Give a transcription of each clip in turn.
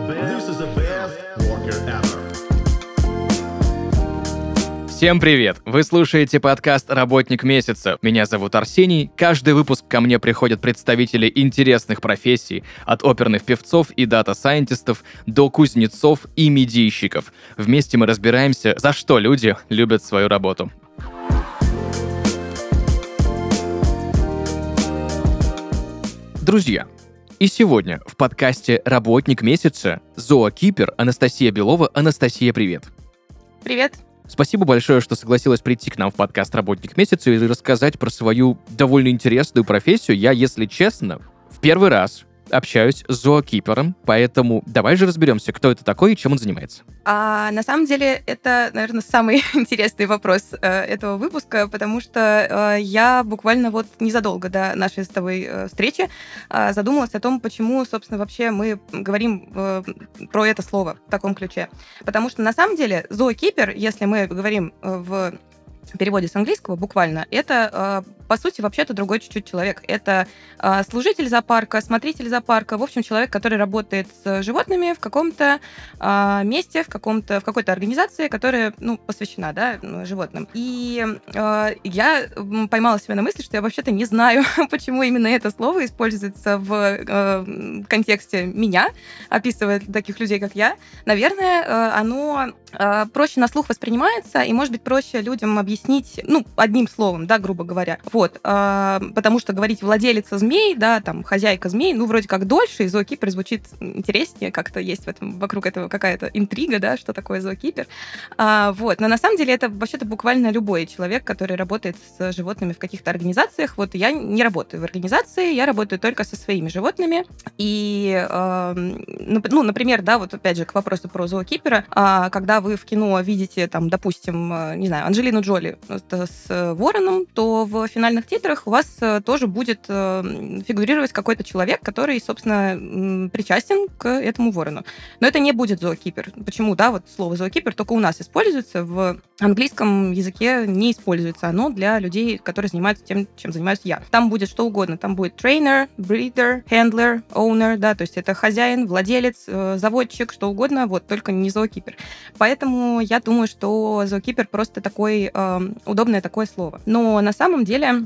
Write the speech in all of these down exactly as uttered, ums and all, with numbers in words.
This is the best worker ever. Всем привет! Вы слушаете подкаст «Работник месяца». Меня зовут Арсений. Каждый выпуск ко мне приходят представители интересных профессий, от оперных певцов и дата-сайентистов до кузнецов и медийщиков. Вместе мы разбираемся, за что люди любят свою работу. Друзья, и сегодня в подкасте «Работник месяца» зоокипер Анастасия Белова. Анастасия, привет! Привет! Спасибо большое, что согласилась прийти к нам в подкаст «Работник месяца» и рассказать про свою довольно интересную профессию. Я, если честно, в первый раз общаюсь с зоокипером, поэтому давай же разберемся, кто это такой и чем он занимается. А, на самом деле, это, наверное, самый интересный вопрос э, этого выпуска, потому что э, я буквально вот незадолго до нашей с тобой э, встречи э, задумалась о том, почему, собственно, вообще мы говорим э, про это слово в таком ключе. Потому что, на самом деле, зоокипер, если мы говорим э, в переводе с английского буквально, это, э, по сути, вообще-то другой чуть-чуть человек. Это э, служитель зоопарка, смотритель зоопарка, в общем, человек, который работает с животными в каком-то э, месте, в, каком-то, в какой-то организации, которая, ну, посвящена, да, животным. И э, я поймала себя на мысли, что я вообще-то не знаю, почему именно это слово используется в э, контексте меня, описывая таких людей, как я. Наверное, э, оно э, проще на слух воспринимается, и, может быть, проще людям объяснить, ну, одним словом, да, грубо говоря. Вот. А, потому что говорить владелица змей, да, там, хозяйка змей, ну, вроде как дольше, и зоокипер звучит интереснее, как-то есть в этом, вокруг этого какая-то интрига, да, что такое зоокипер. А, вот. Но на самом деле это вообще-то буквально любой человек, который работает с животными в каких-то организациях. Вот я не работаю в организации, я работаю только со своими животными. И, а, ну, например, да, вот опять же к вопросу про зоокипера, а, когда вы в кино видите, там, допустим, не знаю, Анджелину Джоли с вороном, то в финальных титрах у вас тоже будет фигурировать какой-то человек, который, собственно, причастен к этому ворону. Но это не будет зоокипер. Почему, да, вот слово зоокипер только у нас используется, в английском языке не используется оно для людей, которые занимаются тем, чем занимаюсь я. Там будет что угодно. Там будет trainer, breeder, handler, owner, да, то есть это хозяин, владелец, заводчик, что угодно, вот, только не зоокипер. Поэтому я думаю, что зоокипер просто такой э, удобное такое слово. Но на самом деле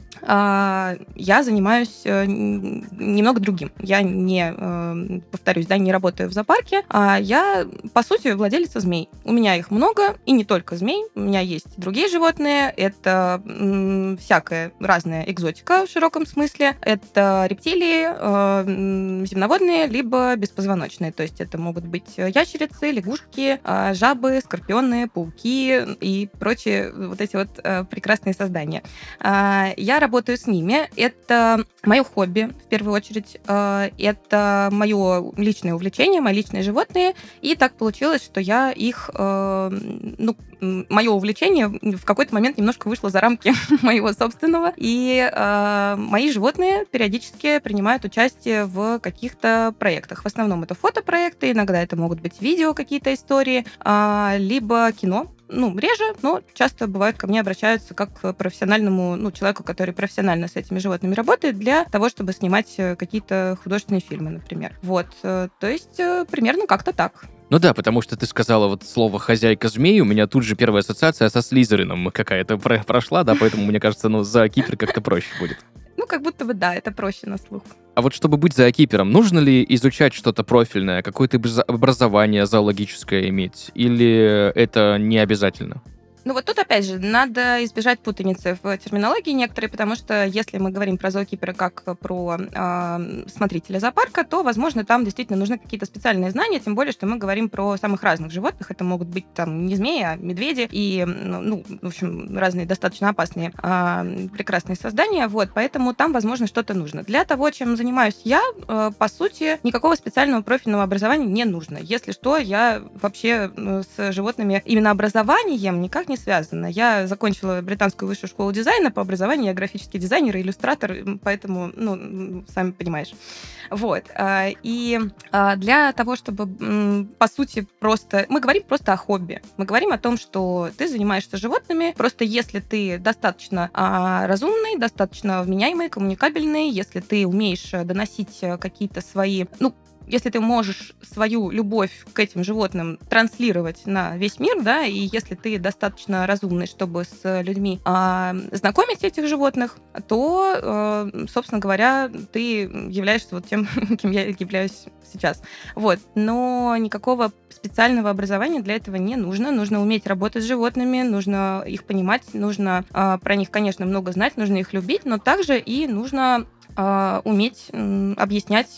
э, я занимаюсь э, немного другим. Я не, э, повторюсь, да, не работаю в зоопарке, а я, по сути, владелица змей. У меня их много, и не только змей. У меня есть другие животные. Это м, всякая разная экзотика в широком смысле. Это рептилии, э, земноводные, либо беспозвоночные. То есть это могут быть ящерицы, лягушки, э, жабы, скорпионы, пауки и прочие вот эти вот э, прекрасные создания. Э, я работаю с ними. Это мое хобби, в первую очередь. Э, это мое личное увлечение, мои личные животные. И так получилось, что я их... Э, ну, мое увлечение в какой-то момент немножко вышло за рамки моего собственного. И э, мои животные периодически принимают участие в каких-то проектах. В основном это фотопроекты, иногда это могут быть видео какие-то истории, э, либо кино. Ну, реже, но часто бывает ко мне обращаются как к профессиональному, ну, человеку, который профессионально с этими животными работает, для того, чтобы снимать какие-то художественные фильмы, например. Вот, то есть примерно как-то так. Ну да, потому что ты сказала вот слово «хозяйка змей», у меня тут же первая ассоциация со Слизерином какая-то прошла, да, поэтому, мне кажется, ну, зоокипер как-то проще будет. Ну, как будто бы да, это проще на слух. А вот чтобы быть зоокипером, нужно ли изучать что-то профильное, какое-то образование зоологическое иметь, или это не обязательно? Ну вот тут, опять же, надо избежать путаницы в терминологии некоторой, потому что если мы говорим про зоокипера как про э, смотрителя зоопарка, то, возможно, там действительно нужны какие-то специальные знания, тем более, что мы говорим про самых разных животных. Это могут быть там не змеи, а медведи и, ну, в общем, разные достаточно опасные, э, прекрасные создания. Вот, поэтому там, возможно, что-то нужно. Для того, чем занимаюсь я, э, по сути, никакого специального профильного образования не нужно. Если что, я вообще с животными именно образованием никак не связано. Я закончила британскую высшую школу дизайна по образованию, я графический дизайнер и иллюстратор, поэтому, ну, сами понимаешь. Вот. И для того, чтобы, по сути, просто... Мы говорим просто о хобби. Мы говорим о том, что ты занимаешься животными, просто если ты достаточно разумный, достаточно вменяемый, коммуникабельный, если ты умеешь доносить какие-то свои, ну, если ты можешь свою любовь к этим животным транслировать на весь мир, да, и если ты достаточно разумный, чтобы с людьми а, знакомить этих животных, то, а, собственно говоря, ты являешься вот тем, кем я являюсь сейчас. Вот. Но никакого специального образования для этого не нужно. Нужно уметь работать с животными, нужно их понимать, нужно а, про них, конечно, много знать, нужно их любить, но также и нужно а, уметь м, объяснять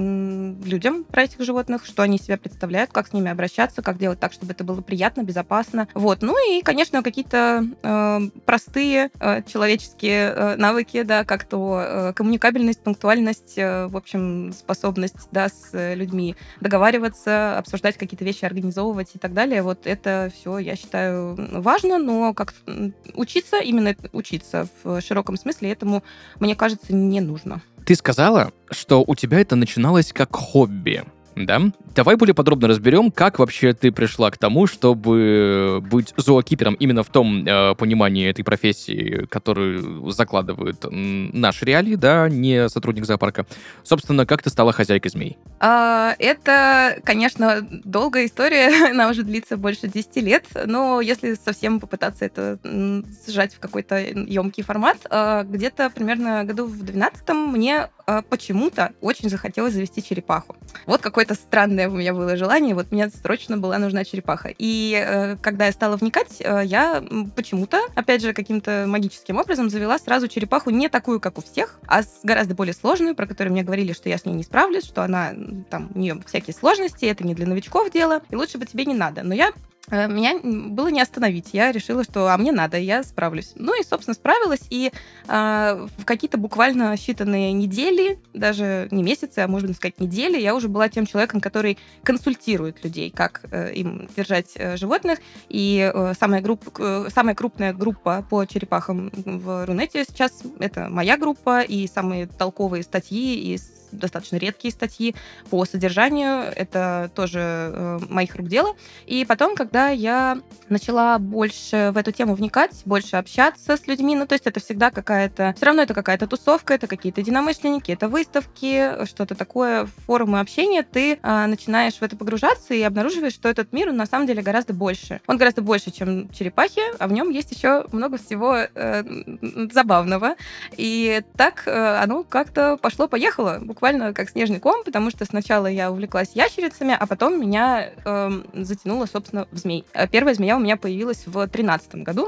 м, людям про этих животных, что они из себя представляют, как с ними обращаться, как делать так, чтобы это было приятно, безопасно. Вот. Ну и, конечно, какие-то э, простые э, человеческие э, навыки, да, как то э, коммуникабельность, пунктуальность, э, в общем, способность, да, с э, людьми договариваться, обсуждать какие-то вещи, организовывать и так далее. Вот это все, я считаю, важно, но как м, учиться, именно учиться в широком смысле, этому, мне кажется, не нужно. Ты сказала, что у тебя это начиналось как хобби, да? Давай более подробно разберем, как вообще ты пришла к тому, чтобы быть зоокипером именно в том э, понимании этой профессии, которую закладывают м, наши реалии, да, не сотрудник зоопарка. Собственно, как ты стала хозяйкой змей? А, Это, конечно, долгая история, она уже длится больше десяти лет, но если совсем попытаться это м, сжать в какой-то емкий формат, а, где-то примерно году в двенадцатом мне а, почему-то очень захотелось завести черепаху. Вот какое-то странное у меня было желание, вот мне срочно была нужна черепаха. И э, когда я стала вникать, э, я почему-то, опять же, каким-то магическим образом завела сразу черепаху не такую, как у всех, а с гораздо более сложную, про которую мне говорили, что я с ней не справлюсь, что она, там, у нее всякие сложности, это не для новичков дело, и лучше бы тебе не надо. Но я меня было не остановить. Я решила, что а мне надо, я справлюсь. Ну и, собственно, справилась. И э, в какие-то буквально считанные недели, даже не месяцы, а можно сказать недели, я уже была тем человеком, который консультирует людей, как э, им держать э, животных. И э, самая, группа, э, самая крупная группа по черепахам в Рунете сейчас — это моя группа, и самые толковые статьи и достаточно редкие статьи по содержанию. Это тоже э, моих рук дело. И потом, когда я начала больше в эту тему вникать, больше общаться с людьми, ну, то есть это всегда какая-то... Все равно это какая-то тусовка, это какие-то единомышленники, это выставки, что-то такое, форумы общения. Ты э, начинаешь в это погружаться и обнаруживаешь, что этот мир на самом деле гораздо больше. Он гораздо больше, чем черепахи, а в нем есть еще много всего э, забавного. И так э, оно как-то пошло-поехало, буквально как снежный ком, потому что сначала я увлеклась ящерицами, а потом меня э, затянуло, собственно, в змей. Первая змея у меня появилась в тринадцатом году,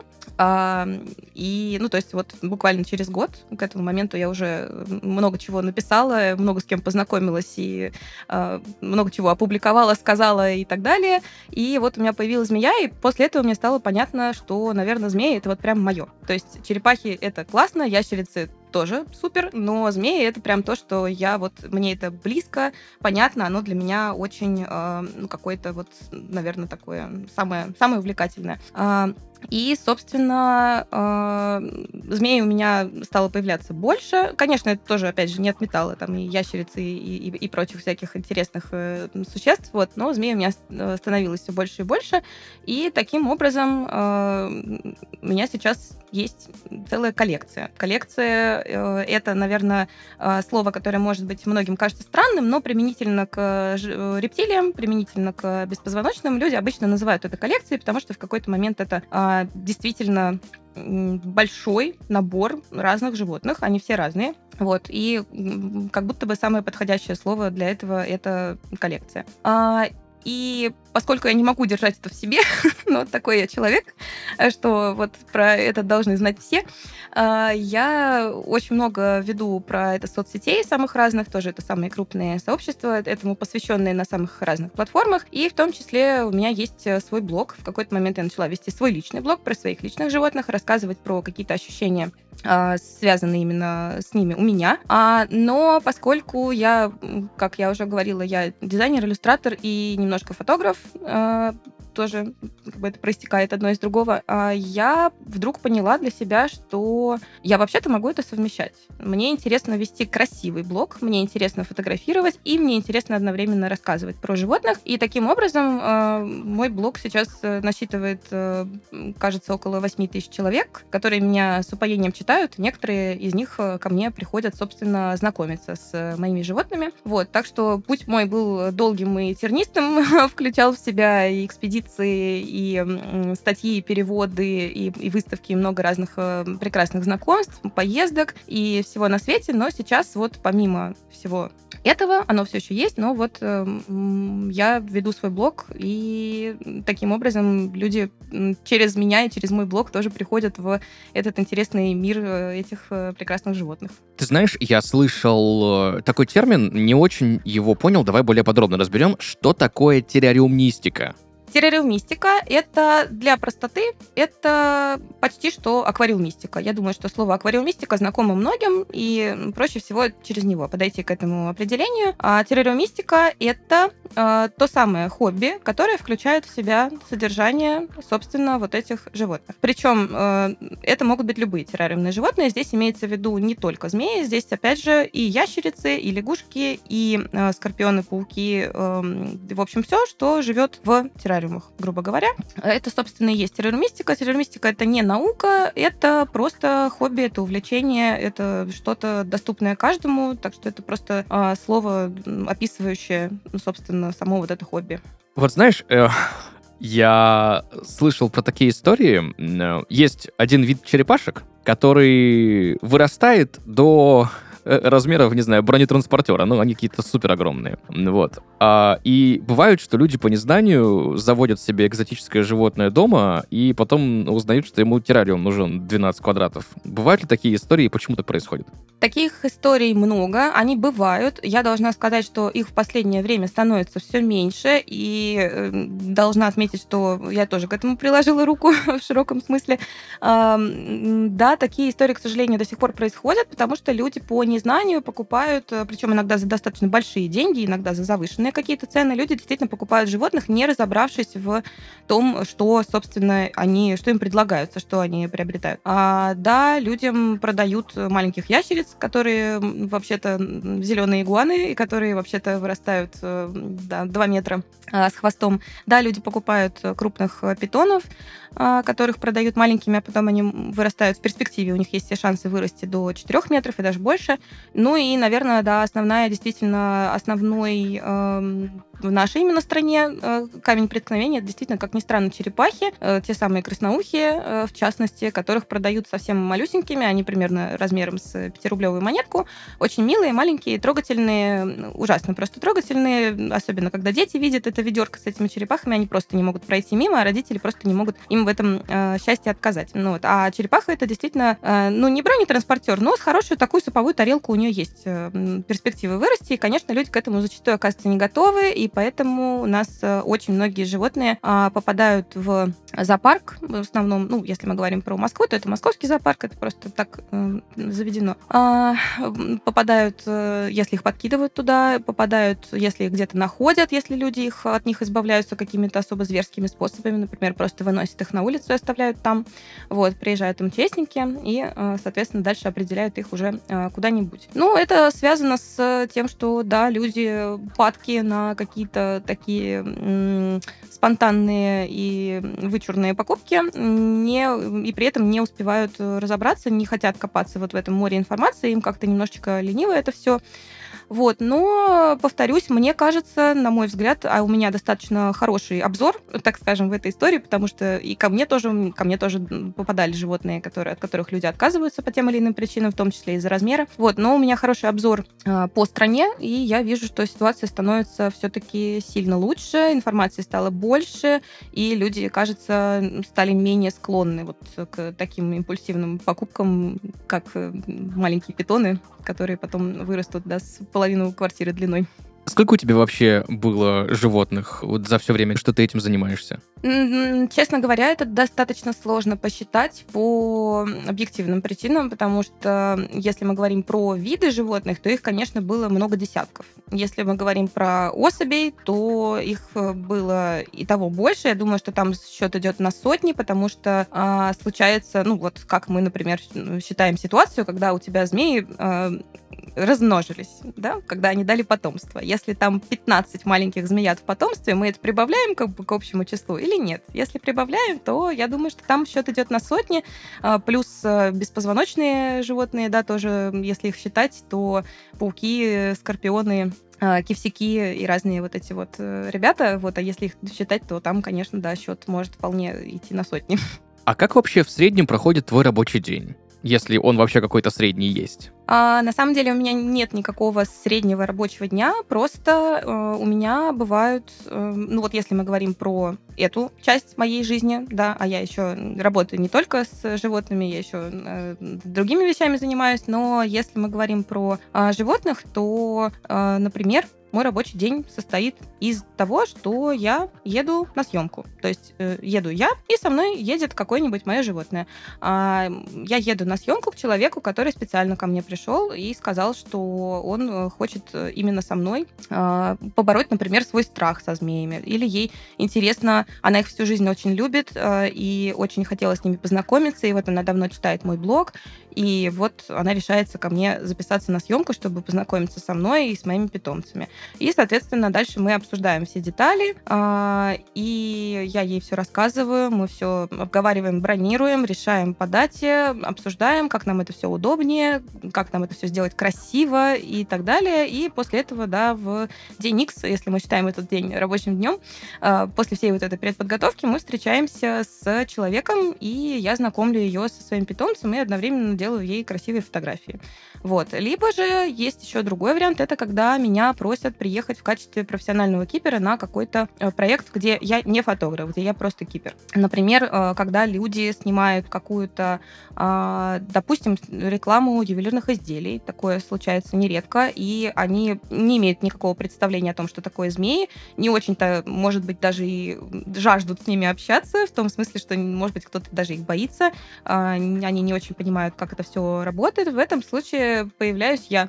э, и, ну, то есть вот буквально через год к этому моменту я уже много чего написала, много с кем познакомилась и э, много чего опубликовала, сказала и так далее. И вот у меня появилась змея, и после этого мне стало понятно, что, наверное, змеи — это вот прям мое. То есть черепахи — это классно, ящерицы тоже супер, но змеи — это прям то, что я вот, мне это близко, понятно, оно для меня очень, э, ну, какое-то вот, наверное, такое самое, самое увлекательное. Э, И, собственно, э, змей у меня стало появляться больше. Конечно, это тоже, опять же, не от металла, там и ящерицы, и, и, и прочих всяких интересных э, существ, вот, но змей у меня становилось все больше и больше, и таким образом э, у меня сейчас есть целая коллекция. Коллекция э, — это, наверное, э, слово, которое, может быть, многим кажется странным, но применительно к э, рептилиям, применительно к беспозвоночным, люди обычно называют это коллекцией, потому что в какой-то момент это э, действительно большой набор разных животных, они все разные, вот, и как будто бы самое подходящее слово для этого — это коллекция. И поскольку я не могу держать это в себе, ну, вот такой я человек, что вот про это должны знать все, я очень много веду про это соцсетей самых разных, тоже это самые крупные сообщества, этому посвященные на самых разных платформах, и в том числе у меня есть свой блог. В какой-то момент я начала вести свой личный блог про своих личных животных, рассказывать про какие-то ощущения, связанные именно с ними у меня. Но поскольку я, как я уже говорила, я дизайнер, иллюстратор и немножко фотограф, тоже как бы это проистекает одно из другого, а, я вдруг поняла для себя, что я вообще-то могу это совмещать. Мне интересно вести красивый блог, мне интересно фотографировать, и мне интересно одновременно рассказывать про животных. И таким образом э, мой блог сейчас э, насчитывает, э, кажется, около восемь тысяч человек, которые меня с упоением читают. Некоторые из них э, ко мне приходят, собственно, знакомиться с э, моими животными. Вот, так что путь мой был долгим и тернистым, включал в себя и экспедиции, и м, статьи, и переводы, и, и выставки, и много разных э, прекрасных знакомств, поездок и всего на свете. Но сейчас вот помимо всего этого, оно все еще есть, но вот э, м, я веду свой блог, и таким образом люди м, через меня и через мой блог тоже приходят в этот интересный мир э, этих э, прекрасных животных. Ты знаешь, я слышал э, такой термин, не очень его понял, давай более подробно разберем, что такое террариумнистика. Террариумистика — это, для простоты, это почти что аквариумистика. Я думаю, что слово аквариумистика знакомо многим, и проще всего через него подойти к этому определению. А террариумистика — это э, то самое хобби, которое включает в себя содержание, собственно, вот этих животных. Причем э, это могут быть любые террариумные животные. Здесь имеется в виду не только змеи, здесь, опять же, и ящерицы, и лягушки, и э, скорпионы, пауки, э, в общем, все, что живет в террариуме, грубо говоря. Это, собственно, и есть террариумистика. Террариумистика — это не наука, это просто хобби, это увлечение, это что-то доступное каждому, так что это просто а, слово, описывающее, ну, собственно, само вот это хобби. Вот знаешь, э, я слышал про такие истории. Э, Есть один вид черепашек, который вырастает до э, размеров, не знаю, бронетранспортера. Ну, они какие-то супер огромные. Вот. А, и бывает, что люди по незнанию заводят себе экзотическое животное дома и потом узнают, что ему террариум нужен двенадцать квадратов. Бывают ли такие истории и почему так происходит? Таких историй много, они бывают. Я должна сказать, что их в последнее время становится все меньше, и э, должна отметить, что я тоже к этому приложила руку в широком смысле. А, м, да, такие истории, к сожалению, до сих пор происходят, потому что люди по незнанию покупают, причем иногда за достаточно большие деньги, иногда за завышенные какие-то цены, люди действительно покупают животных, не разобравшись в том, что, собственно, они, что им предлагаются, что они приобретают. А, да, людям продают маленьких ящериц, которые вообще-то зеленые игуаны, и которые вообще-то вырастают да, два метра а, с хвостом. Да, люди покупают крупных питонов, а, которых продают маленькими, а потом они вырастают в перспективе. У них есть все шансы вырасти до четырёх метров и даже больше. Ну и, наверное, да, основная, действительно, основной э, в нашей именно стране э, камень преткновения — это действительно, как ни странно, черепахи, э, те самые красноухие, э, в частности, которых продают совсем малюсенькими, они примерно размером с пятирублевую монетку, очень милые, маленькие, трогательные, ужасно просто трогательные, особенно когда дети видят это ведерко с этими черепахами, они просто не могут пройти мимо, а родители просто не могут им в этом э, счастье отказать. Ну, вот. А черепаха — это действительно, э, ну, не бронетранспортер, но с хорошую такую суповую тарелку у нее есть э, перспективы вырасти, и, конечно, люди к этому зачастую оказываются не готовы, и поэтому у нас э, очень многие животные э, попадают в зоопарк, в основном, ну, если мы говорим про Москву, то это московский зоопарк, это просто так э, заведено. А, попадают, э, если их подкидывают туда, попадают, если их где-то находят, если люди их, от них избавляются какими-то особо зверскими способами, например, просто выносят их на улицу и оставляют там. Вот, приезжают МЧСники и, э, соответственно, дальше определяют их уже э, куда-нибудь. Ну, это связано с тем, что, да, люди падки на какие-то такие м- спонтанные и вычурные покупки, не, и при этом не успевают разобраться, не хотят копаться вот в этом море информации, им как-то немножечко лениво это все. Вот. Но, повторюсь, мне кажется, на мой взгляд, а у меня достаточно хороший обзор, так скажем, в этой истории, потому что и ко мне тоже, ко мне тоже попадали животные, которые, от которых люди отказываются по тем или иным причинам, в том числе из-за размера. Вот. Но у меня хороший обзор э, по стране, и я вижу, что ситуация становится все-таки сильно лучше, информации стало больше, и люди, кажется, стали менее склонны вот к таким импульсивным покупкам, как маленькие питоны, которые потом вырастут, да, с половину квартиры длиной. Сколько у тебя вообще было животных вот за все время, что ты этим занимаешься? М, Честно говоря, это достаточно сложно посчитать по объективным причинам, потому что если мы говорим про виды животных, то их, конечно, было много десятков. Если мы говорим про особей, то их э, было и того больше. Я думаю, что там счет идет на сотни, потому что а, случается, ну вот как мы, например, считаем ситуацию, когда у тебя змеи а, размножились, да, когда они дали потомство. Если там пятнадцать маленьких змеят в потомстве, мы это прибавляем как бы к общему числу или нет? Если прибавляем, то я думаю, что там счет идет на сотни, а, плюс а, беспозвоночные животные, да, тоже, если их считать, то пауки, скорпионы, а, кивсяки и разные вот эти вот э, ребята, вот, а если их считать, то там, конечно, да, счет может вполне идти на сотни. А как вообще в среднем проходит твой рабочий день? Если он вообще какой-то средний есть. А, на самом деле у меня нет никакого среднего рабочего дня, просто э, у меня бывают, э, ну вот если мы говорим про эту часть моей жизни, да, а я еще работаю не только с животными, я еще э, другими вещами занимаюсь, но если мы говорим про э, животных, то, э, например, мой рабочий день состоит из того, что я еду на съемку. То есть э, еду я, и со мной едет какое-нибудь мое животное. А, я еду на съемку к человеку, который специально ко мне пришел и сказал, что он э, хочет именно со мной э, побороть, например, свой страх со змеями. Или ей интересно, она их всю жизнь очень любит э, и очень хотела с ними познакомиться, и вот она давно читает мой блог, и вот она решается ко мне записаться на съемку, чтобы познакомиться со мной и с моими питомцами. И, соответственно, дальше мы обсуждаем все детали, и я ей все рассказываю, мы все обговариваем, бронируем, решаем по дате, обсуждаем, как нам это все удобнее, как нам это все сделать красиво и так далее. И после этого, да, в день Икс, если мы считаем этот день рабочим днем, после всей вот этой предподготовки мы встречаемся с человеком, и я знакомлю ее со своим питомцем и одновременно делаю ей красивые фотографии. Вот. Либо же есть еще другой вариант, это когда меня просят приехать в качестве профессионального кипера на какой-то проект, где я не фотограф, где я просто кипер. Например, когда люди снимают какую-то, допустим, рекламу ювелирных изделий, такое случается нередко, и они не имеют никакого представления о том, что такое змеи, не очень-то, может быть, даже и жаждут с ними общаться, в том смысле, что, может быть, кто-то даже их боится, они не очень понимают, как это все работает. В этом случае появляюсь я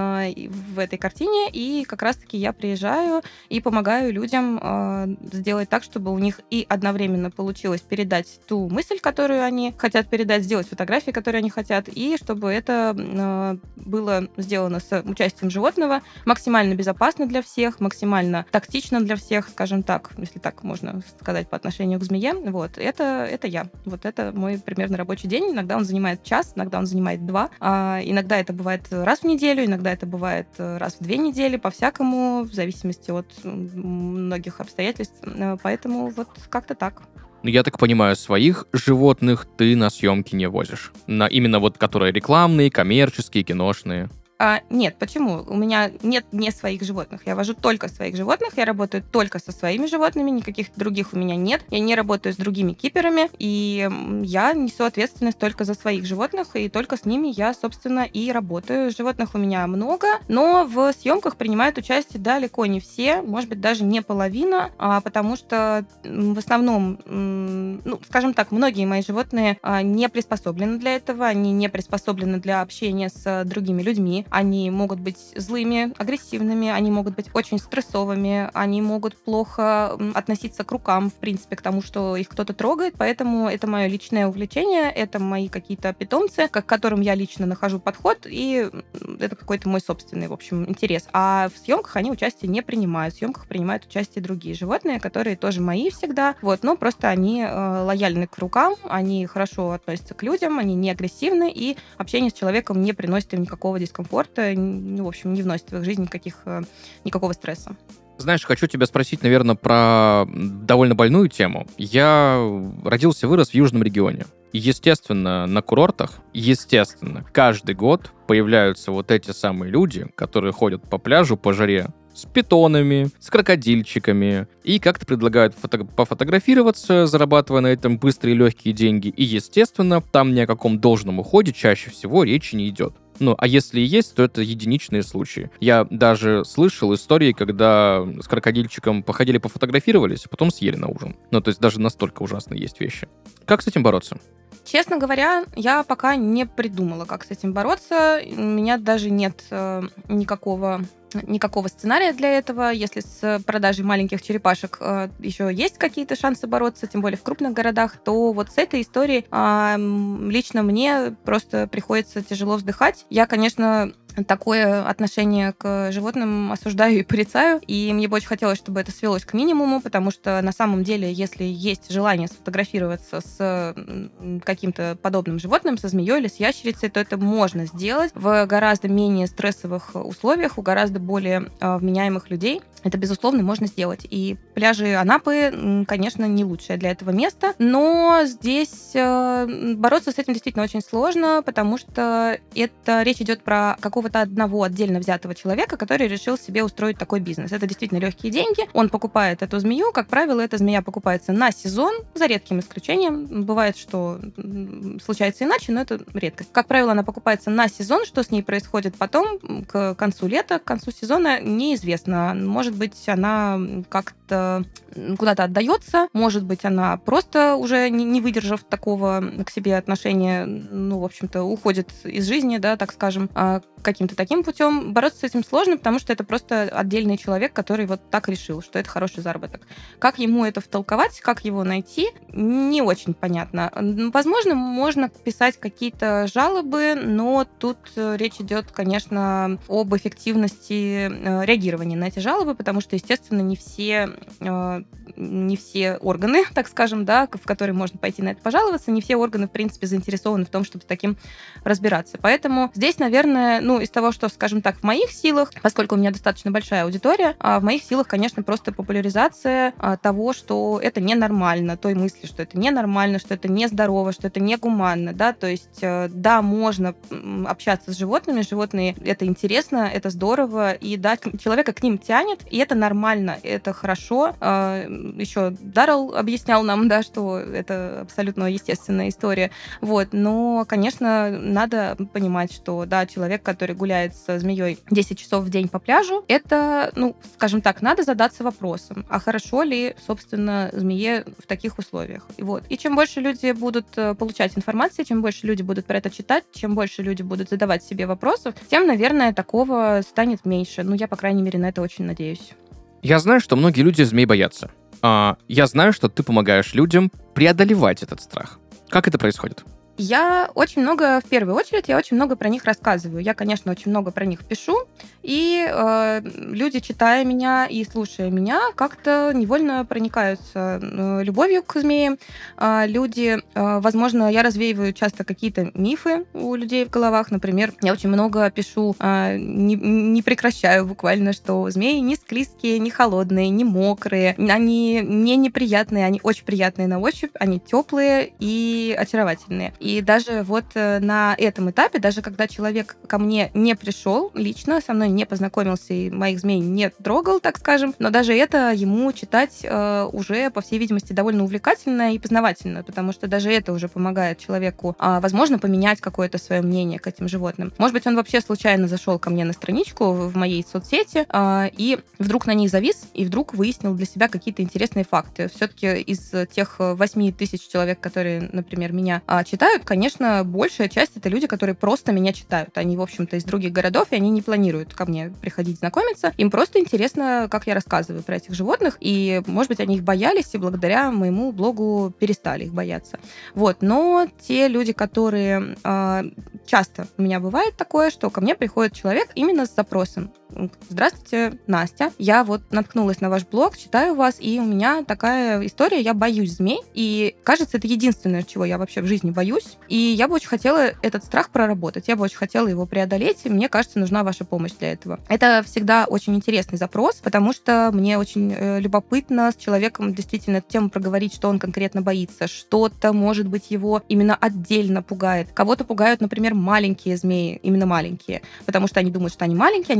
в этой картине, и как раз-таки я приезжаю и помогаю людям э, сделать так, чтобы у них и одновременно получилось передать ту мысль, которую они хотят передать, сделать фотографии, которые они хотят, и чтобы это э, было сделано с участием животного максимально безопасно для всех, максимально тактично для всех, скажем так, если так можно сказать по отношению к змее. Вот, это, это я. Вот это мой примерно рабочий день. Иногда он занимает час, иногда он занимает два. А иногда это бывает раз в неделю, иногда это бывает раз в две недели, по-всякому, в зависимости от многих обстоятельств. Поэтому вот как-то так. Ну, я так понимаю, своих животных ты на съемки не возишь. На именно вот которые рекламные, коммерческие, киношные. А, нет, почему? У меня нет не своих животных. Я вожу только своих животных, я работаю только со своими животными, никаких других у меня нет. Я не работаю с другими киперами, и я несу ответственность только за своих животных, и только с ними я, собственно, и работаю. Животных у меня много, но в съемках принимают участие далеко не все, может быть, даже не половина, а, потому что в основном, ну, скажем так, многие мои животные не приспособлены для этого, они не приспособлены для общения с другими людьми. Они могут быть злыми, агрессивными, они могут быть очень стрессовыми, они могут плохо относиться к рукам, в принципе, к тому, что их кто-то трогает, поэтому это мое личное увлечение, это мои какие-то питомцы, к которым я лично нахожу подход, и это какой-то мой собственный, в общем, интерес. А в съемках они участие не принимают, в съемках принимают участие другие животные, которые тоже мои всегда, вот, но просто они э, лояльны к рукам, они хорошо относятся к людям, они не агрессивны, и общение с человеком не приносит им никакого дискомфорта, ну, в общем, не вносит в их жизнь никаких, никакого стресса. Знаешь, хочу тебя спросить, наверное, про довольно больную тему. Я родился и вырос в южном регионе. Естественно, на курортах, естественно, каждый год появляются вот эти самые люди, которые ходят по пляжу, по жаре, с питонами, с крокодильчиками, и как-то предлагают фото- пофотографироваться, зарабатывая на этом быстрые и легкие деньги. И, естественно, там ни о каком должном уходе чаще всего речи не идет. Ну, а если и есть, то это единичные случаи. Я даже слышал истории, когда с крокодильчиком походили, пофотографировались, а потом съели на ужин. Ну, то есть даже настолько ужасные есть вещи. Как с этим бороться? Честно говоря, я пока не придумала, как с этим бороться. У меня даже нет э, никакого никакого сценария для этого. Если с продажей маленьких черепашек э, еще есть какие-то шансы бороться, тем более в крупных городах, то вот с этой историей э, лично мне просто приходится тяжело вздыхать. Я, конечно, такое отношение к животным осуждаю и порицаю, и мне бы очень хотелось, чтобы это свелось к минимуму, потому что на самом деле, если есть желание сфотографироваться с каким-то подобным животным, со змеей или с ящерицей, то это можно сделать в гораздо менее стрессовых условиях, у гораздо более э, вменяемых людей. Это, безусловно, можно сделать. И пляжи Анапы, конечно, не лучшее для этого место, но здесь э, бороться с этим действительно очень сложно, потому что это речь идет про какого-то одного отдельно взятого человека, который решил себе устроить такой бизнес. Это действительно легкие деньги. Он покупает эту змею. Как правило, эта змея покупается на сезон, за редким исключением. Бывает, что случается иначе, но это редкость. Как правило, она покупается на сезон. Что с ней происходит потом, к концу лета, к концу сезона, неизвестно. Может быть, она как-то куда-то отдается, может быть, она просто уже не выдержав такого к себе отношения, ну, в общем-то, уходит из жизни, да, так скажем, каким-то таким путем. Бороться с этим сложно, потому что это просто отдельный человек, который вот так решил, что это хороший заработок. Как ему это втолковать, как его найти, не очень понятно. Возможно, можно писать какие-то жалобы, но тут речь идет, конечно, об эффективности реагирования на эти жалобы, потому что, естественно, не все, не все органы, так скажем, да, в которые можно пойти на это пожаловаться, не все органы, в принципе, заинтересованы в том, чтобы с таким разбираться. Поэтому здесь, наверное, ну, из того, что, скажем так, в моих силах, поскольку у меня достаточно большая аудитория, в моих силах, конечно, просто популяризация того, что это ненормально, той мысли, что это ненормально, что это нездорово, что это негуманно, да, то есть, да, можно общаться с животными, животные, это интересно, это здорово, и да, человека к ним тянет, и это нормально, это хорошо. Еще Даррелл объяснял нам, да, что это абсолютно естественная история, вот, но, конечно, надо понимать, что, да, человек, который гуляет со змеей десять часов в день по пляжу, это, ну, скажем так, надо задаться вопросом, а хорошо ли, собственно, змее в таких условиях. И вот. И чем больше люди будут получать информации, чем больше люди будут про это читать, чем больше люди будут задавать себе вопросов, тем, наверное, такого станет меньше. Ну, я, по крайней мере, на это очень надеюсь. Я знаю, что многие люди змей боятся. А, я знаю, что ты помогаешь людям преодолевать этот страх. Как это происходит? Я очень много, в первую очередь, я очень много про них рассказываю. Я, конечно, очень много про них пишу, и э, люди, читая меня и слушая меня, как-то невольно проникаются э, любовью к змеям. Э, люди, э, возможно, я развеиваю часто какие-то мифы у людей в головах. Например, я очень много пишу, э, не, не прекращаю буквально, что змеи не склизкие, не холодные, не мокрые, они не неприятные, они очень приятные на ощупь, они теплые и очаровательные. И даже вот на этом этапе, даже когда человек ко мне не пришел лично, со мной не познакомился и моих змей не трогал, так скажем, но даже это ему читать э, уже, по всей видимости, довольно увлекательно и познавательно, потому что даже это уже помогает человеку, э, возможно, поменять какое-то свое мнение к этим животным. Может быть, он вообще случайно зашел ко мне на страничку в моей соцсети э, и вдруг на ней завис, и вдруг выяснил для себя какие-то интересные факты. Все-таки из тех восемь тысяч человек, которые, например, меня э, читают, конечно, большая часть — это люди, которые просто меня читают. Они, в общем-то, из других городов, и они не планируют ко мне приходить знакомиться. Им просто интересно, как я рассказываю про этих животных, и, может быть, они их боялись, и благодаря моему блогу перестали их бояться. Вот. Но те люди, которые... Э, часто у меня бывает такое, что ко мне приходит человек именно с запросом: «Здравствуйте, Настя. Я вот наткнулась на ваш блог, читаю вас, и у меня такая история, я боюсь змей, и кажется, это единственное, чего я вообще в жизни боюсь, и я бы очень хотела этот страх проработать, я бы очень хотела его преодолеть, и мне кажется, нужна ваша помощь для этого». Это всегда очень интересный запрос, потому что мне очень э, любопытно с человеком действительно эту тему проговорить, что он конкретно боится, что-то, может быть, его именно отдельно пугает. Кого-то пугают, например, маленькие змеи, именно маленькие, потому что они думают, что они маленькие, они куда-нибудь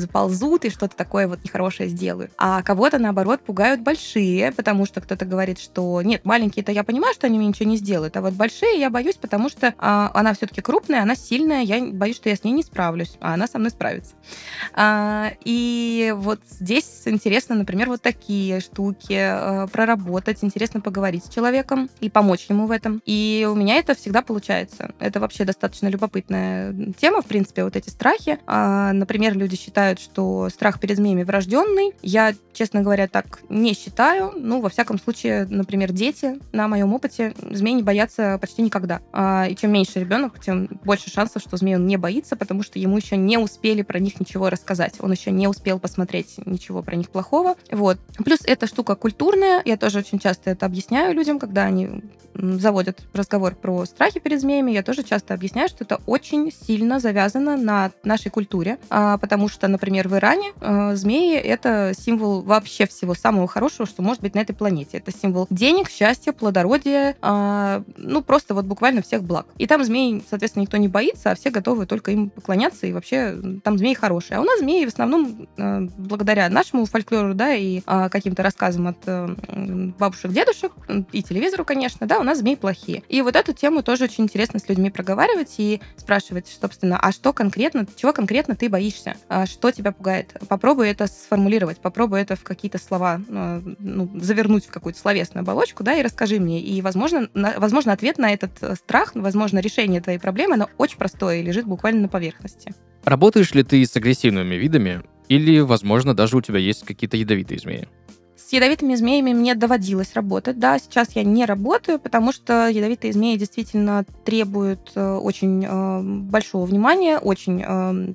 заползут и что-то такое вот нехорошее сделают. А кого-то, наоборот, пугают большие, потому что кто-то говорит, что нет, маленькие-то я понимаю, что они мне ничего не сделают, а вот большие я боюсь, потому что а, она все-таки крупная, она сильная, я боюсь, что я с ней не справлюсь, а она со мной справится. А, и вот здесь интересно, например, вот такие штуки а, проработать, интересно поговорить с человеком и помочь ему в этом. И у меня это всегда получается. Это вообще достаточно любопытная тема, в принципе, вот эти страхи. А, например, люди считают, что страх перед змеями врожденный. Я, честно говоря, так не считаю. Ну, во всяком случае, например, дети, на моем опыте, змей не боятся почти никогда. А, и чем меньше ребенок, тем больше шансов, что змей он не боится, потому что ему еще не успели про них ничего рассказать. Он еще не успел посмотреть ничего про них плохого. Вот. Плюс эта штука культурная. Я тоже очень часто это объясняю людям, когда они заводят разговор про страхи перед змеями. Я тоже часто объясняю, что это очень сильно завязано на нашей культуре, а, потому что, например, в Иране а, змеи — это символ вообще всего самого хорошего, что может быть на этой планете. Это символ денег, счастья, плодородия, а, ну, просто вот буквально всех благ. И там змей, соответственно, никто не боится, а все готовы только им поклоняться, и вообще там змеи хорошие. А у нас змеи в основном а, благодаря нашему фольклору, да, и а, каким-то рассказам от а, бабушек, дедушек, и телевизору, конечно, да, у нас змеи плохие. И вот эту тему тоже очень интересно с людьми проговаривать и спрашивать, собственно, а что конкретно, чего конкретно ты боишься? А что тебя пугает? Попробуй это сформулировать, попробуй это в какие-то слова, ну, завернуть в какую-то словесную оболочку, да, и расскажи мне. И, возможно, на, возможно, ответ на этот страх, возможно, решение твоей проблемы, оно очень простое и лежит буквально на поверхности. Работаешь ли ты с агрессивными видами? Или, возможно, даже у тебя есть какие-то ядовитые змеи? С ядовитыми змеями мне доводилось работать, да, сейчас я не работаю, потому что ядовитые змеи действительно требуют э, очень э, большого внимания, очень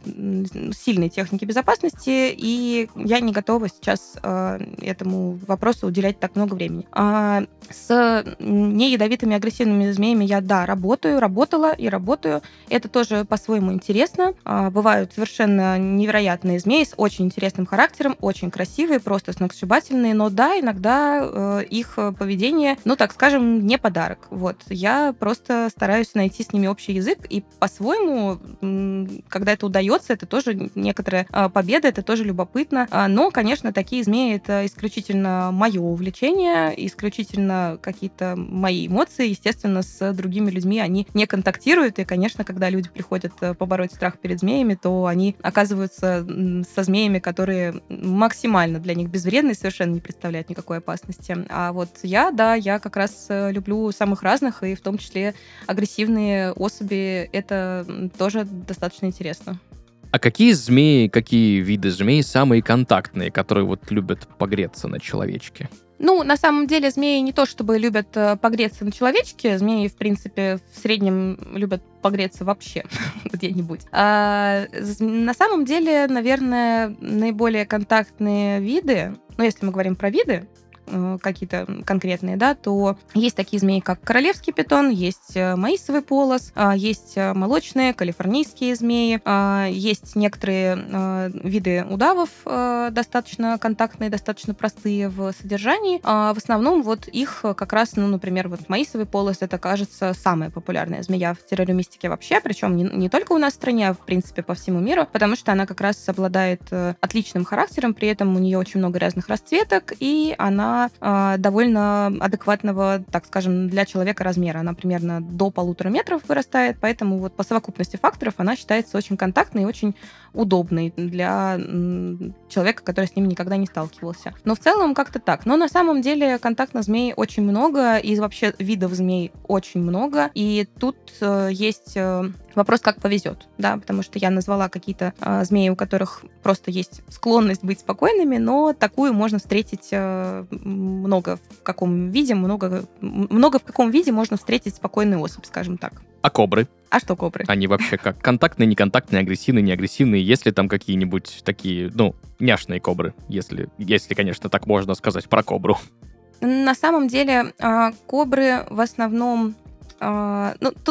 э, сильной техники безопасности, и я не готова сейчас э, этому вопросу уделять так много времени. А с неядовитыми агрессивными змеями я, да, работаю, работала и работаю. Это тоже по-своему интересно. А, бывают совершенно невероятные змеи с очень интересным характером, очень красивые, просто сногсшибательные, но да, иногда э, их поведение, ну, так скажем, не подарок. Вот. Я просто стараюсь найти с ними общий язык, и по-своему, м, когда это удается, это тоже некоторая э, победа, это тоже любопытно. А, но, конечно, такие змеи — это исключительно мое увлечение, исключительно какие-то мои эмоции. Естественно, с другими людьми они не контактируют, и, конечно, когда люди приходят побороть страх перед змеями, то они оказываются со змеями, которые максимально для них безвредны, совершенно не представляет никакой опасности. А вот я, да, я как раз люблю самых разных, и в том числе агрессивные особи. Это тоже достаточно интересно. А какие змеи, какие виды змей самые контактные, которые вот любят погреться на человечке? Ну, на самом деле, змеи не то чтобы любят погреться на человечке, змеи, в принципе, в среднем любят погреться вообще где-нибудь. А, на самом деле, наверное, наиболее контактные виды, ну, если мы говорим про виды, какие-то конкретные, да, то есть такие змеи, как королевский питон, есть маисовый полос, есть молочные, калифорнийские змеи, есть некоторые виды удавов достаточно контактные, достаточно простые в содержании. В основном вот их как раз, ну, например, вот маисовый полос — это, кажется, самая популярная змея в террариумистике вообще, причем не, не только у нас в стране, а в принципе по всему миру, потому что она как раз обладает отличным характером, при этом у нее очень много разных расцветок, и она довольно адекватного, так скажем, для человека размера. Она примерно до полутора метров вырастает, поэтому вот по совокупности факторов она считается очень контактной и очень удобной для человека, который с ним никогда не сталкивался. Но в целом как-то так. Но на самом деле контактных змей очень много, и вообще видов змей очень много, и тут э, есть э, вопрос, как повезет, да, потому что я назвала какие-то э, змеи, у которых просто есть склонность быть спокойными, но такую можно встретить э, много в каком виде, много, много в каком виде можно встретить спокойную особь, скажем так. А кобры? А что кобры? Они вообще как? Контактные, неконтактные, агрессивные, неагрессивные? Есть ли там какие-нибудь такие, ну, няшные кобры, если, если, конечно, так можно сказать про кобру? На самом деле кобры в основном... Ну, тут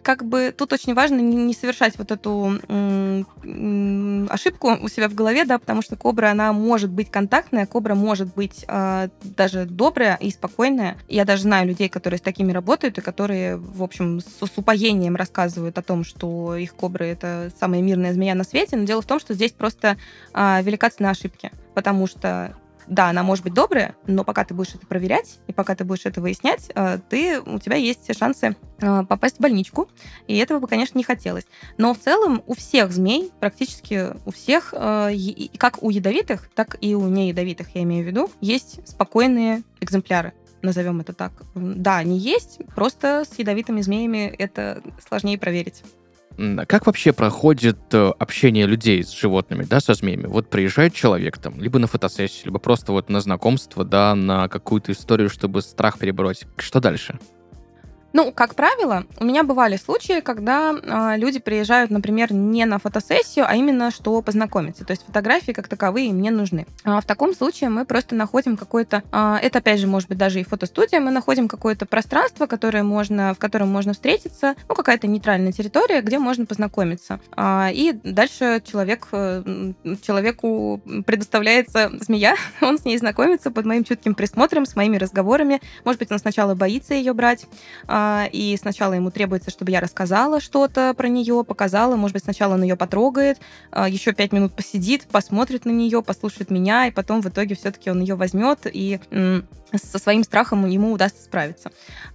как бы тут очень важно не, не совершать вот эту м, м, ошибку у себя в голове, да, потому что кобра, она может быть контактная, кобра может быть э, даже добрая и спокойная. Я даже знаю людей, которые с такими работают, и которые, в общем, с, с упоением рассказывают о том, что их кобры — это самая мирная змея на свете. Но дело в том, что здесь просто э, велика цена ошибки, потому что да, она может быть добрая, но пока ты будешь это проверять, и пока ты будешь это выяснять, ты, у тебя есть шансы попасть в больничку, и этого бы, конечно, не хотелось. Но в целом у всех змей, практически у всех, как у ядовитых, так и у неядовитых, я имею в виду, есть спокойные экземпляры, назовем это так. Да, они есть, просто с ядовитыми змеями это сложнее проверить. Как вообще проходит общение людей с животными, да, со змеями? Вот приезжает человек там, либо на фотосессию, либо просто вот на знакомство, да, на какую-то историю, чтобы страх перебороть. Что дальше? Ну, как правило, у меня бывали случаи, когда э, люди приезжают, например, не на фотосессию, а именно что познакомиться. То есть фотографии как таковые им не нужны. А в таком случае мы просто находим какое-то... Э, это, опять же, может быть даже и фотостудия. Мы находим какое-то пространство, которое можно, в котором можно встретиться. Ну, какая-то нейтральная территория, где можно познакомиться. Э, и дальше человек, э, человеку предоставляется змея. Он с ней знакомится под моим чутким присмотром, с моими разговорами. Может быть, он сначала боится ее брать, и сначала ему требуется, чтобы я рассказала что-то про нее, показала. Может быть, сначала он ее потрогает, еще пять минут посидит, посмотрит на нее, послушает меня, и потом в итоге все-таки он ее возьмет и со своим страхом ему удастся справиться.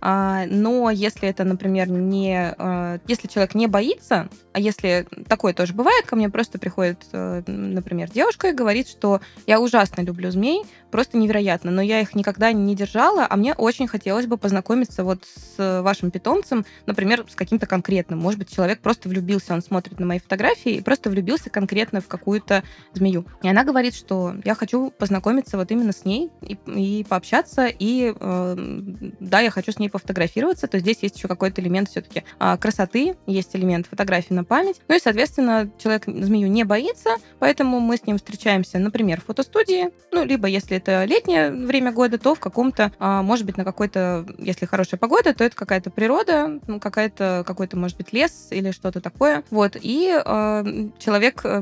Но если это, например, не... Если человек не боится, а если такое тоже бывает, ко мне просто приходит, например, девушка и говорит, что я ужасно люблю змей, просто невероятно, но я их никогда не держала, а мне очень хотелось бы познакомиться вот с вашим питомцем, например, с каким-то конкретным. Может быть, человек просто влюбился, он смотрит на мои фотографии и просто влюбился конкретно в какую-то змею. И она говорит, что я хочу познакомиться вот именно с ней и, и пообщаться, и э, да, я хочу с ней пофотографироваться, то здесь есть еще какой-то элемент все-таки э, красоты, есть элемент фотографии на память. Ну и, соответственно, человек змею не боится, поэтому мы с ним встречаемся, например, в фотостудии, ну, либо если это летнее время года, то в каком-то, э, может быть, на какой-то, если хорошая погода, то это какая-то природа, ну, какая-то, какой-то, может быть, лес или что-то такое. Вот, и э, человек, э,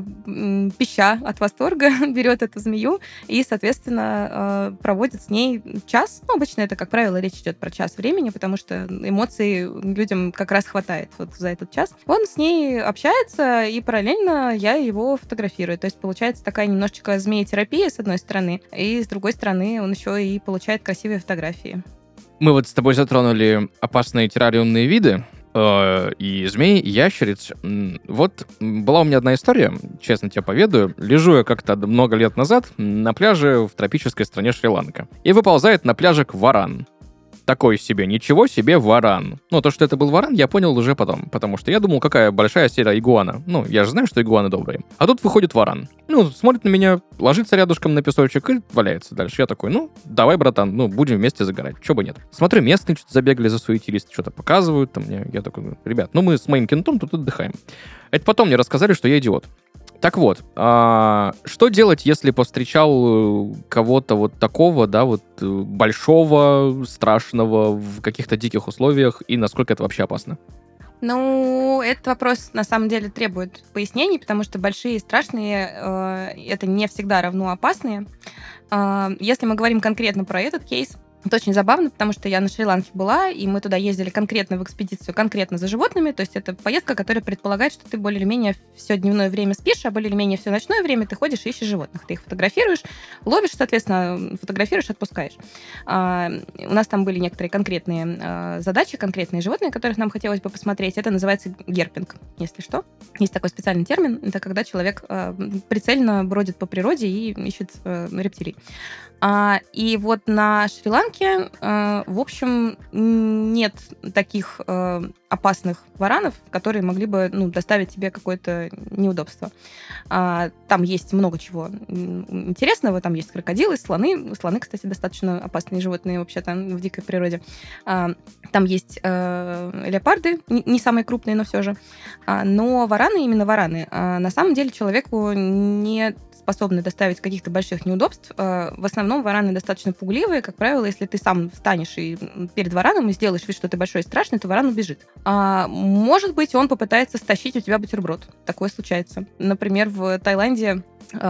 пища от восторга, берет эту змею и, соответственно, э, проводит с ней час. Ну, обычно это, как правило, речь идет про час времени, потому что эмоций людям как раз хватает вот за этот час. Он с ней общается, и параллельно я его фотографирую. То есть получается такая немножечко змеетерапия, с одной стороны, и с другой стороны он еще и получает красивые фотографии. Мы вот с тобой затронули опасные террариумные виды, э, и змей, и ящериц. Вот была у меня одна история, честно тебе поведаю. Лежу я как-то много лет назад на пляже в тропической стране Шри-Ланка. И выползает на пляжик варан. Такой себе, ничего себе варан. Ну, то, что это был варан, я понял уже потом, потому что я думал, какая большая серая игуана. Ну, я же знаю, что игуаны добрые. А тут выходит варан. Ну, смотрит на меня, ложится рядышком на песочек и валяется дальше. Я такой, ну, давай, братан, ну, будем вместе загорать, чё бы нет. Смотрю, местные что-то забегали, засуетились, что-то показывают там мне. Я такой, ребят, ну, мы с моим кентом тут отдыхаем. Это потом мне рассказали, что я идиот. Так вот, а, что делать, если повстречал кого-то вот такого, да, вот большого, страшного, в каких-то диких условиях, и насколько это вообще опасно? Ну, этот вопрос на самом деле требует пояснений, потому что большие и страшные э, это не всегда равно опасные. Э, если мы говорим конкретно про этот кейс, это очень забавно, потому что я на Шри-Ланке была, и мы туда ездили конкретно в экспедицию, конкретно за животными. То есть это поездка, которая предполагает, что ты более или менее все дневное время спишь, а более или менее все ночное время ты ходишь и ищешь животных. Ты их фотографируешь, ловишь, соответственно, фотографируешь, отпускаешь. А, у нас там были некоторые конкретные а, задачи, конкретные животные, которых нам хотелось бы посмотреть. Это называется герпинг, если что. Есть такой специальный термин. Это когда человек а, прицельно бродит по природе и ищет а, рептилий. А, и вот на Шри-Ланке, э, в общем, нет таких э, опасных варанов, которые могли бы ну, доставить тебе какое-то неудобство. А, там есть много чего интересного. Там есть крокодилы, слоны. Слоны, кстати, достаточно опасные животные вообще там в дикой природе. А, там есть э, леопарды, не, не самые крупные, но все же. А, но вараны, именно вараны, а, на самом деле человеку не способны доставить каких-то больших неудобств. В основном вараны достаточно пугливые. Как правило, если ты сам встанешь и перед вараном и сделаешь вид, что ты большой и страшный, то варан убежит. А может быть, он попытается стащить у тебя бутерброд. Такое случается. Например, в Таиланде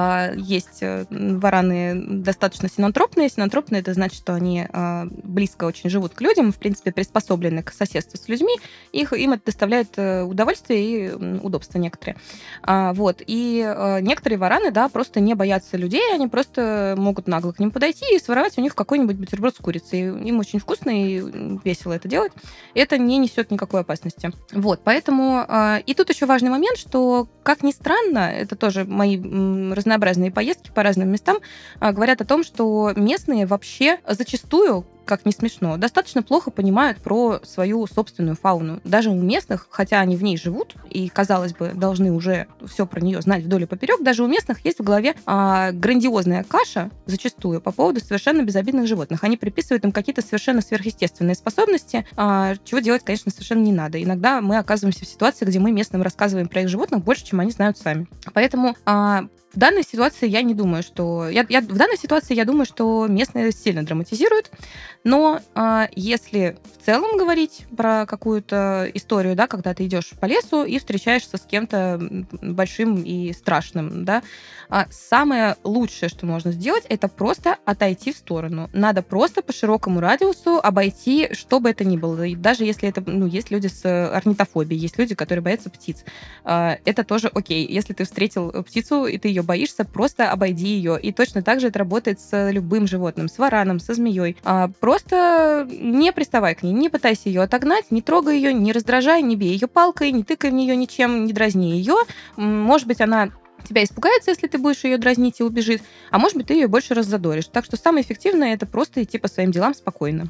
есть вараны достаточно синантропные. Синантропные — это значит, что они близко очень живут к людям, в принципе, приспособлены к соседству с людьми. Их, им это доставляет удовольствие и удобства некоторые. Вот. И некоторые вараны, да, просто не боятся людей, они просто могут нагло к ним подойти и своровать у них какой-нибудь бутерброд с курицей. Им очень вкусно и весело это делать. Это не несет никакой опасности. Вот. Поэтому... И тут еще важный момент, что, как ни странно, это тоже мои разнообразные поездки по разным местам говорят о том, что местные вообще зачастую, как ни смешно, достаточно плохо понимают про свою собственную фауну. Даже у местных, хотя они в ней живут и, казалось бы, должны уже все про нее знать вдоль и поперек, даже у местных есть в голове а, грандиозная каша зачастую по поводу совершенно безобидных животных. Они приписывают им какие-то совершенно сверхъестественные способности, а, чего делать, конечно, совершенно не надо. Иногда мы оказываемся в ситуации, где мы местным рассказываем про их животных больше, чем они знают сами. Поэтому а, в данной ситуации я не думаю, что... Я, я, в данной ситуации я думаю, что местные сильно драматизируют, но а, если в целом говорить про какую-то историю, да, когда ты идешь по лесу и встречаешься с кем-то большим и страшным, да, а, самое лучшее, что можно сделать, это просто отойти в сторону. Надо просто по широкому радиусу обойти, что бы это ни было. И даже если это, ну, есть люди с орнитофобией, есть люди, которые боятся птиц. А, это тоже окей. Если ты встретил птицу, и ты ее боишься, просто обойди ее. И точно так же это работает с любым животным, с вараном, со змеей. А, просто не приставай к ней, не пытайся ее отогнать, не трогай ее, не раздражай, не бей ее палкой, не тыкай в нее ничем, не дразни ее. Может быть, она тебя испугается, если ты будешь ее дразнить и убежит, а может быть, ты ее больше раззадоришь. Так что самое эффективное — это просто идти по своим делам спокойно.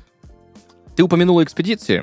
Ты упомянула экспедиции.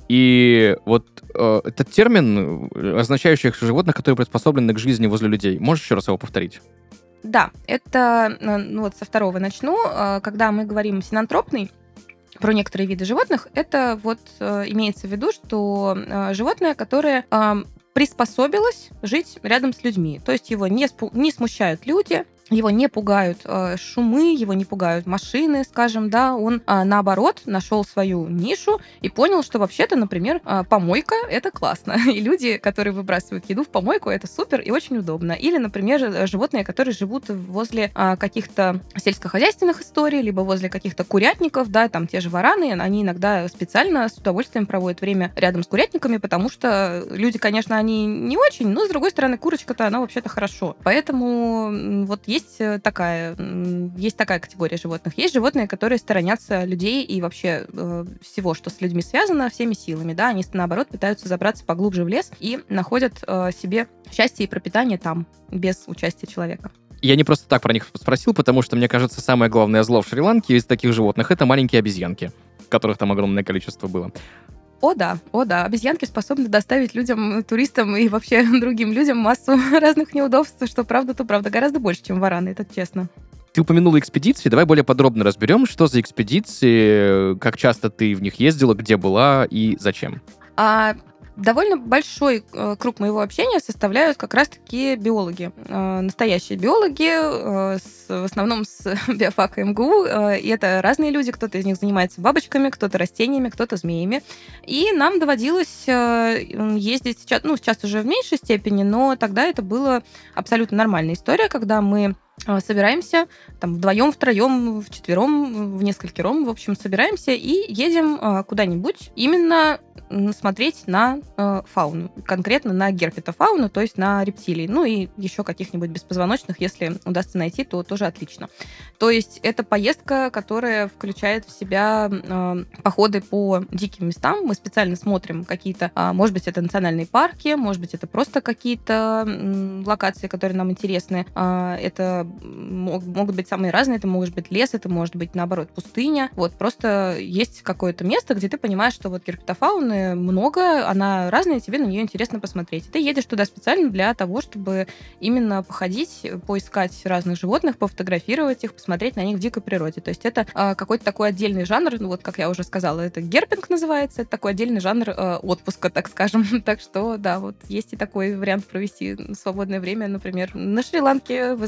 И вот э, этот термин, означающий животных, которые приспособлены к жизни возле людей. Можешь еще раз его повторить? Да, это, ну вот со второго начну. Когда мы говорим синантропный, про некоторые виды животных, это вот э, имеется в виду, что э, животное, которое э, приспособилось жить рядом с людьми. То есть его не, спу- не смущают люди, его не пугают э, шумы, его не пугают машины, скажем, да, он, э, наоборот, нашел свою нишу и понял, что вообще-то, например, э, помойка — это классно, и люди, которые выбрасывают еду в помойку, это супер и очень удобно. Или, например, животные, которые живут возле э, каких-то сельскохозяйственных историй, либо возле каких-то курятников, да, там те же вараны, они иногда специально с удовольствием проводят время рядом с курятниками, потому что люди, конечно, они не очень, но, с другой стороны, курочка-то, она вообще-то хорошо. Поэтому вот есть Есть такая, есть такая категория животных. Есть животные, которые сторонятся людей и вообще э, всего, что с людьми связано, всеми силами. Да? Они, наоборот, пытаются забраться поглубже в лес и находят э, себе счастье и пропитание там, без участия человека. Я не просто так про них спросил, потому что, мне кажется, самое главное зло в Шри-Ланке из таких животных — это маленькие обезьянки, которых там огромное количество было. О да, о да, обезьянки способны доставить людям, туристам и вообще другим людям массу разных неудобств, что правда, то правда, гораздо больше, чем вараны, это честно. Ты упомянула экспедиции, давай более подробно разберем, что за экспедиции, как часто ты в них ездила, где была и зачем. А довольно большой э, круг моего общения составляют как раз-таки биологи. Э, настоящие биологи, э, с, в основном с биофака эм гэ у. Э, и это разные люди. Кто-то из них занимается бабочками, кто-то растениями, кто-то змеями. И нам доводилось э, ездить сейчас, ну, сейчас уже в меньшей степени, но тогда это была абсолютно нормальная история, когда мы собираемся там вдвоем, втроем, вчетвером, в несколькером, в общем, собираемся и едем э, куда-нибудь именно смотреть на э, фауну, конкретно на герпетофауну, то есть на рептилий, ну и еще каких-нибудь беспозвоночных, если удастся найти, то тоже отлично. То есть это поездка, которая включает в себя э, походы по диким местам. Мы специально смотрим какие-то, э, может быть, это национальные парки, может быть, это просто какие-то э, локации, которые нам интересны. Э, это могут быть самые разные, это может быть лес, это может быть, наоборот, пустыня. Вот, просто есть какое-то место, где ты понимаешь, что вот герпетофауны много, она разная, тебе на нее интересно посмотреть. И ты едешь туда специально для того, чтобы именно походить, поискать разных животных, пофотографировать их, посмотреть на них в дикой природе. То есть это э, какой-то такой отдельный жанр, ну вот, как я уже сказала, это герпинг называется, это такой отдельный жанр э, отпуска, так скажем. Так что, да, вот есть и такой вариант провести свободное время, например, на Шри-Ланке, в Израиле,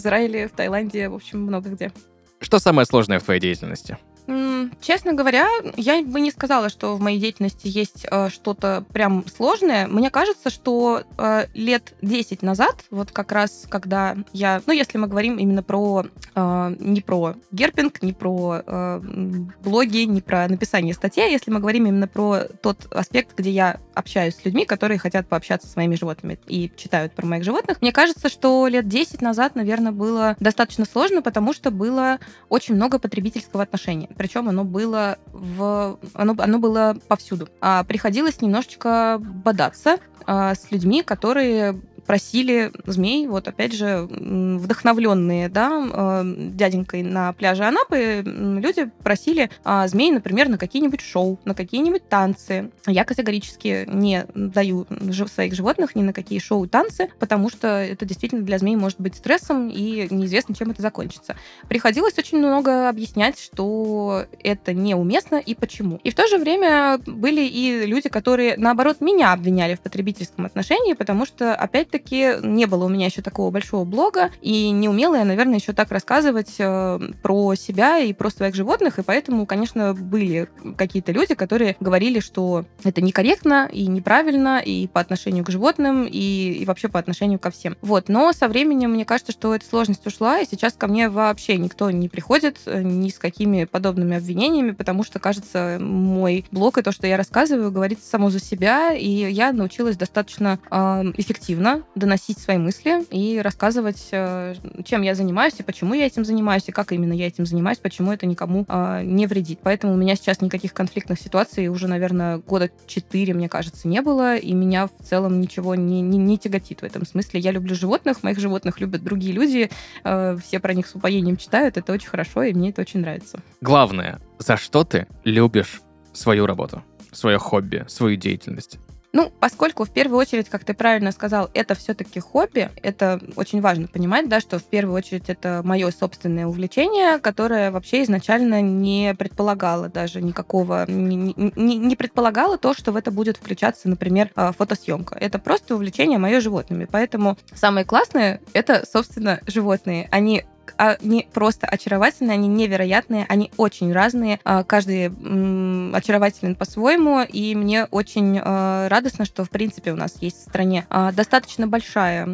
Бали, в Таиланде, в общем, много где. Что самое сложное в твоей деятельности? Честно говоря, я бы не сказала, что в моей деятельности есть э, что-то прям сложное. Мне кажется, что э, лет десять назад, вот как раз когда я... Ну, если мы говорим именно про... Э, не про герпинг, не про э, блоги, не про написание статей, если мы говорим именно про тот аспект, где я общаюсь с людьми, которые хотят пообщаться с моими животными и читают про моих животных, мне кажется, что лет десять назад, наверное, было достаточно сложно, потому что было очень много потребительского отношения. Причем оно было в... оно, оно было повсюду. А приходилось немножечко бодаться а, с людьми, которые просили змей, вот опять же, вдохновленные, да, дяденькой на пляже Анапы, люди просили а, змей, например, на какие-нибудь шоу, на какие-нибудь танцы. Я категорически не даю своих животных ни на какие шоу и танцы, потому что это действительно для змей может быть стрессом, и неизвестно, чем это закончится. Приходилось очень много объяснять, что это неуместно и почему. И в то же время были и люди, которые, наоборот, меня обвиняли в потребительском отношении, потому что, опять таки не было у меня еще такого большого блога, и не умела я, наверное, еще так рассказывать э, про себя и про своих животных, и поэтому, конечно, были какие-то люди, которые говорили, что это некорректно и неправильно и по отношению к животным, и, и вообще по отношению ко всем. Вот. Но со временем, мне кажется, что эта сложность ушла, и сейчас ко мне вообще никто не приходит ни с какими подобными обвинениями, потому что, кажется, мой блог и то, что я рассказываю, говорит само за себя, и я научилась достаточно э, эффективно доносить свои мысли и рассказывать, чем я занимаюсь и почему я этим занимаюсь, и как именно я этим занимаюсь, почему это никому не вредит. Поэтому у меня сейчас никаких конфликтных ситуаций уже, наверное, года четыре, мне кажется, не было, и меня в целом ничего не, не, не тяготит в этом смысле. Я люблю животных, моих животных любят другие люди, все про них с упоением читают, это очень хорошо, и мне это очень нравится. Главное, за что ты любишь свою работу, свое хобби, свою деятельность? Ну, поскольку в первую очередь, как ты правильно сказал, это все-таки хобби, это очень важно понимать, да, что в первую очередь это мое собственное увлечение, которое вообще изначально не предполагало даже никакого, не, не, не предполагало то, что в это будет включаться, например, фотосъемка. Это просто увлечение мое животными. Поэтому самое классное — это, собственно, животные. Они Они просто очаровательные, они невероятные, они очень разные, каждый очарователен по-своему, и мне очень радостно, что, в принципе, у нас есть в стране достаточно большая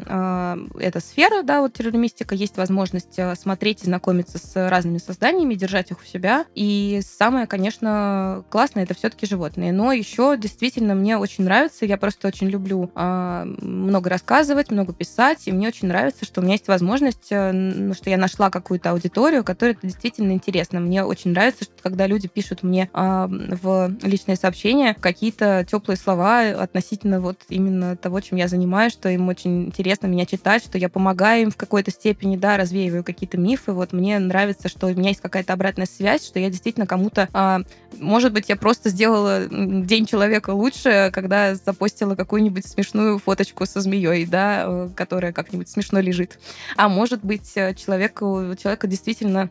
эта сфера, да, вот терроримистика, есть возможность смотреть и знакомиться с разными созданиями, держать их у себя, и самое, конечно, классное — это все-таки животные. Но еще действительно мне очень нравится, я просто очень люблю много рассказывать, много писать, и мне очень нравится, что у меня есть возможность, ну, что я нашла какую-то аудиторию, которой это действительно интересно. Мне очень нравится, что когда люди пишут мне э, в личные сообщения какие-то теплые слова относительно вот именно того, чем я занимаюсь, что им очень интересно меня читать, что я помогаю им в какой-то степени, да, развеиваю какие-то мифы. Вот мне нравится, что у меня есть какая-то обратная связь, что я действительно кому-то... Э, может быть, я просто сделала день человека лучше, когда запостила какую-нибудь смешную фоточку со змеей, да, которая как-нибудь смешно лежит. А может быть, человек у человека действительно,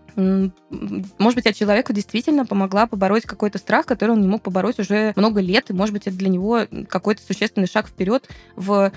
может быть, я человеку действительно помогла побороть какой-то страх, который он не мог побороть уже много лет, и, может быть, это для него какой-то существенный шаг вперед в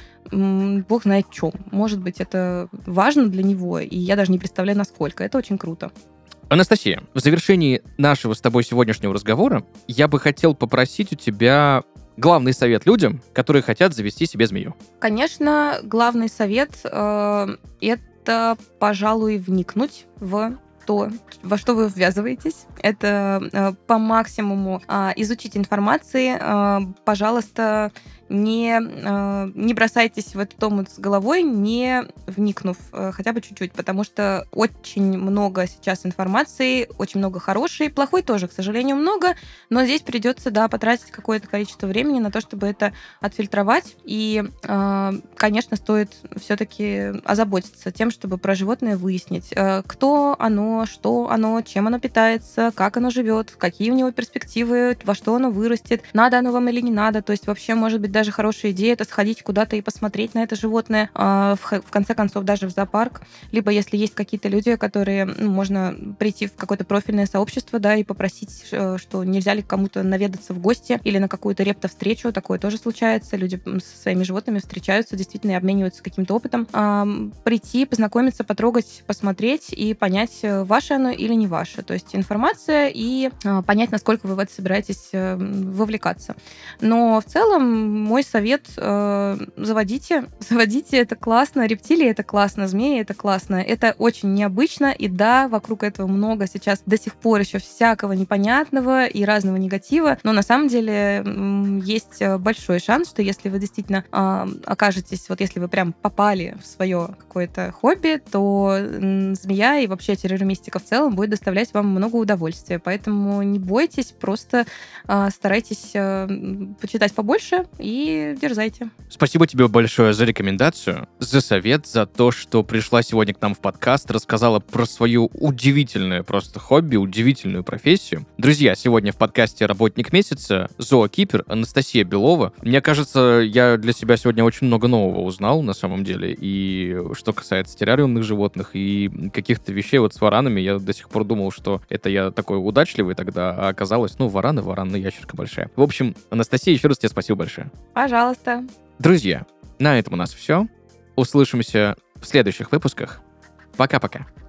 бог знает чем. Может быть, это важно для него, и я даже не представляю, насколько. Это очень круто. Анастасия, в завершении нашего с тобой сегодняшнего разговора я бы хотел попросить у тебя главный совет людям, которые хотят завести себе змею. Конечно, главный совет э, — это это, пожалуй, вникнуть в то, во что вы ввязываетесь. Это э, по максимуму э, изучить информации. Э, пожалуйста, не, э, не бросайтесь в этот омут с головой, не вникнув э, хотя бы чуть-чуть, потому что очень много сейчас информации, очень много хорошей, плохой тоже, к сожалению, много, но здесь придется, да, потратить какое-то количество времени на то, чтобы это отфильтровать. И, э, конечно, стоит все-таки озаботиться тем, чтобы про животное выяснить, э, кто оно, что оно, чем оно питается, как оно живет, какие у него перспективы, во что оно вырастет, надо оно вам или не надо. То есть вообще, может быть, даже даже хорошая идея это сходить куда-то и посмотреть на это животное, в конце концов, даже в зоопарк. Либо если есть какие-то люди, которые, ну, можно прийти в какое-то профильное сообщество, да, и попросить, что нельзя ли кому-то наведаться в гости или на какую-то рептовстречу. Такое тоже случается. Люди со своими животными встречаются, действительно, и обмениваются каким-то опытом. Прийти, познакомиться, потрогать, посмотреть и понять, ваше оно или не ваше. То есть информация и понять, насколько вы в это собираетесь вовлекаться. Но в целом мой совет э, заводите. Заводите, это классно. Рептилии это классно, змеи это классно. Это очень необычно. И да, вокруг этого много сейчас до сих пор еще всякого непонятного и разного негатива. Но на самом деле есть большой шанс, что если вы действительно э, окажетесь, вот если вы прям попали в свое какое-то хобби, то э, змея и вообще терроримистика в целом будет доставлять вам много удовольствия. Поэтому не бойтесь, просто э, старайтесь э, почитать побольше и дерзайте. Спасибо тебе большое за рекомендацию, за совет, за то, что пришла сегодня к нам в подкаст, рассказала про свою удивительное просто хобби, удивительную профессию. Друзья, сегодня в подкасте «Работник месяца» зоокипер Анастасия Белова. Мне кажется, я для себя сегодня очень много нового узнал на самом деле. И что касается террариумных животных и каких-то вещей вот с варанами, я до сих пор думал, что это я такой удачливый тогда, а оказалось, ну, вараны, вараны, ящерка большая. В общем, Анастасия, еще раз тебе спасибо большое. Пожалуйста. Друзья, на этом у нас все. Услышимся в следующих выпусках. Пока-пока.